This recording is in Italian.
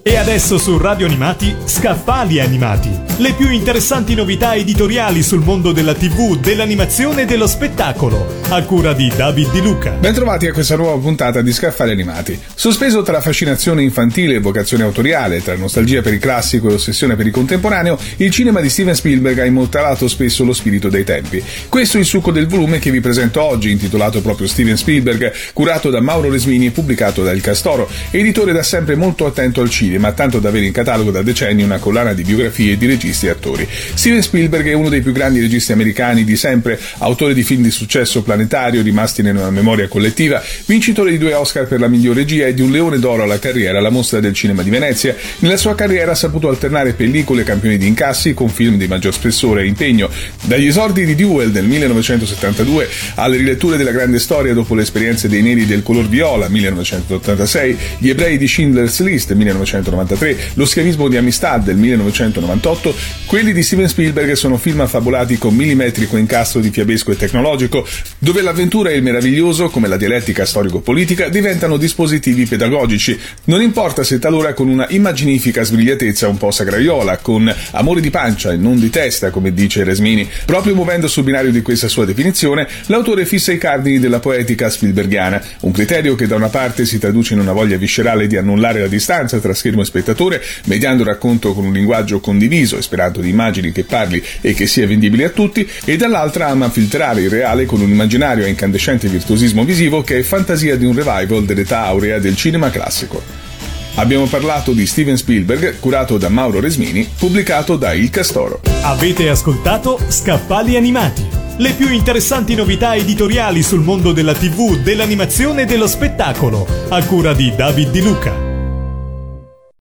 E adesso su Radio Animati, Scaffali Animati. Le più interessanti novità editoriali sul mondo della TV, dell'animazione e dello spettacolo, a cura di David Di Luca. Bentrovati a questa nuova puntata di Scaffali Animati. Sospeso tra fascinazione infantile e vocazione autoriale, tra nostalgia per il classico e ossessione per il contemporaneo, il cinema di Steven Spielberg ha immortalato spesso lo spirito dei tempi. Questo è il succo del volume che vi presento oggi, intitolato proprio Steven Spielberg, curato da Mauro Resmini e pubblicato da Il Castoro, editore da sempre molto attento al cinema, ma tanto da avere in catalogo da decenni una collana di biografie di registi e attori. Steven Spielberg è uno dei più grandi registi americani di sempre, autore di film di successo planetario rimasti nella memoria collettiva, vincitore di 2 Oscar per la miglior regia e di un Leone d'Oro alla carriera alla Mostra del Cinema di Venezia. Nella sua carriera ha saputo alternare pellicole campioni di incassi con film di maggior spessore e impegno. Dagli esordi di Duel del 1972 alle riletture della grande storia dopo le esperienze dei neri del color viola 1986, Gli ebrei di Schindler's List 1993, Lo schiavismo di Amistad del 1998, quelli di Steven Spielberg sono film affabulati con millimetrico incastro di fiabesco e tecnologico, dove l'avventura e il meraviglioso, come la dialettica storico-politica, diventano dispositivi pedagogici. Non importa se talora con una immaginifica sbrigliatezza un po' sagraiola, con amore di pancia e non di testa, come dice Resmini. Proprio muovendo sul binario di questa sua definizione, l'autore fissa i cardini della poetica spielbergiana, un criterio che da una parte si traduce in una voglia viscerale di annullare la distanza tra schermo e spettatore, mediando il racconto con un linguaggio condiviso e sperando di immagini che parli e che sia vendibile a tutti, e dall'altra ama filtrare il reale con un immaginario e incandescente virtuosismo visivo che è fantasia di un revival dell'età aurea del cinema classico. Abbiamo parlato di Steven Spielberg, curato da Mauro Resmini, pubblicato da Il Castoro. Avete ascoltato Scaffali Animati, le più interessanti novità editoriali sul mondo della TV, dell'animazione e dello spettacolo, a cura di David Di Luca.